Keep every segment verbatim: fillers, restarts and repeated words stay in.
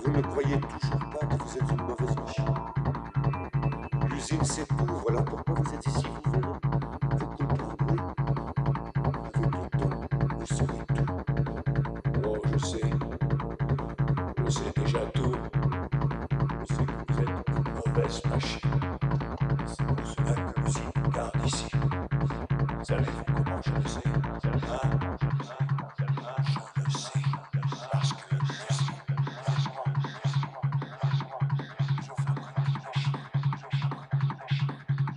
Vous ne croyez toujours pas que vous êtes une mauvaise machine. L'usine c'est tout, voilà pourquoi vous êtes ici, vous verrez. Vous comprendrez. Avec le temps, vous saurez tout. Oh, je sais. Je sais déjà tout. Je sais que vous êtes une mauvaise machine. C'est pour cela que l'usine vous garde ici. Savez-vous comment je le sais? Hein? Je le sais. Parce que l'usine, c'est moi. Je fabrique des machines. Je fabrique des machines.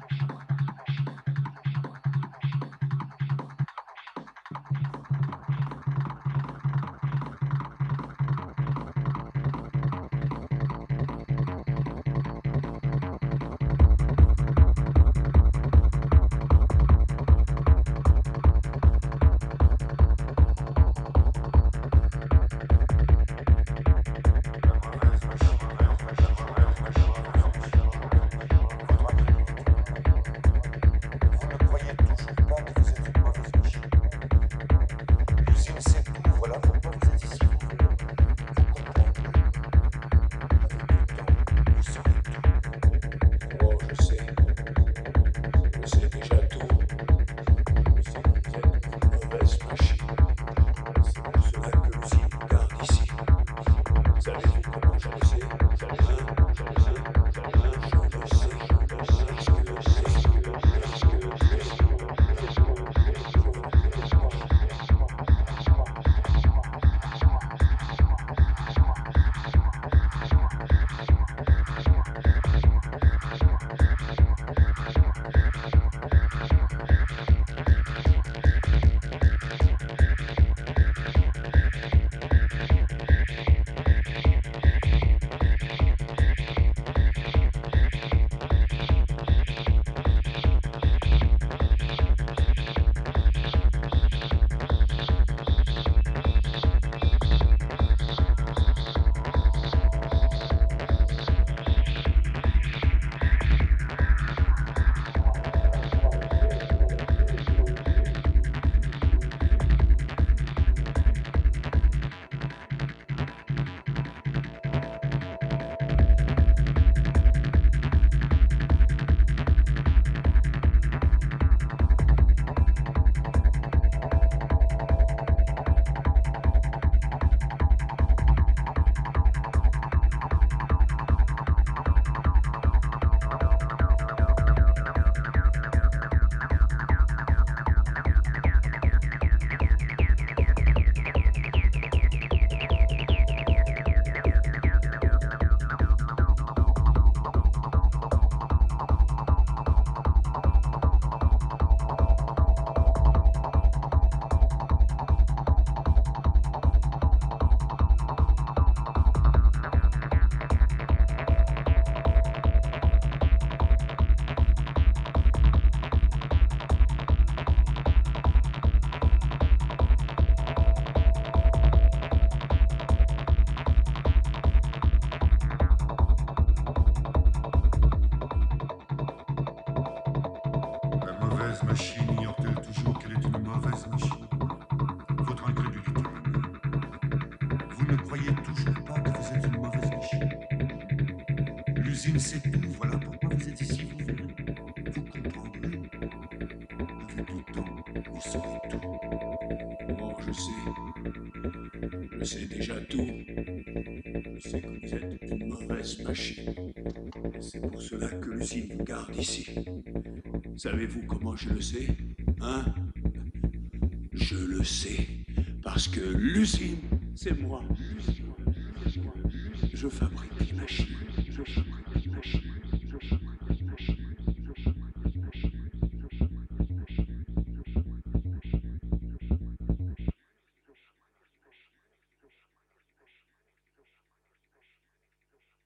Vous ne croyez toujours pas que vous êtes une mauvaise machine. L'usine c'est tout, voilà pourquoi vous êtes ici, vous verrez. Vous comprendrez. Avec le temps, vous saurez tout. Oh, je sais. Je sais déjà tout. Je sais que vous êtes une mauvaise machine. C'est pour cela que l'usine vous garde ici. Savez-vous comment je le sais? Savez-vous comment je le sais? Savez-vous? Je le sais. Parce que parce que parce que parce La mauvaise machine ignore-t-elle toujours qu'elle est une mauvaise machine? Votre incrédulité m'émeut. Vous ne croyez toujours pas que vous êtes une mauvaise machine. L'usine c'est tout, voilà pourquoi vous êtes ici, vous verrez. Vous comprendrez. Avec le temps, vous saurez tout. Oh, je sais. Je sais déjà tout. Je sais que vous êtes une mauvaise machine. C'est pour cela que l'usine vous garde ici. Savez-vous comment je le sais? Hein? Je le sais. Parce que l'usine, c'est moi. Je fabrique des machines. Je fabrique des machines.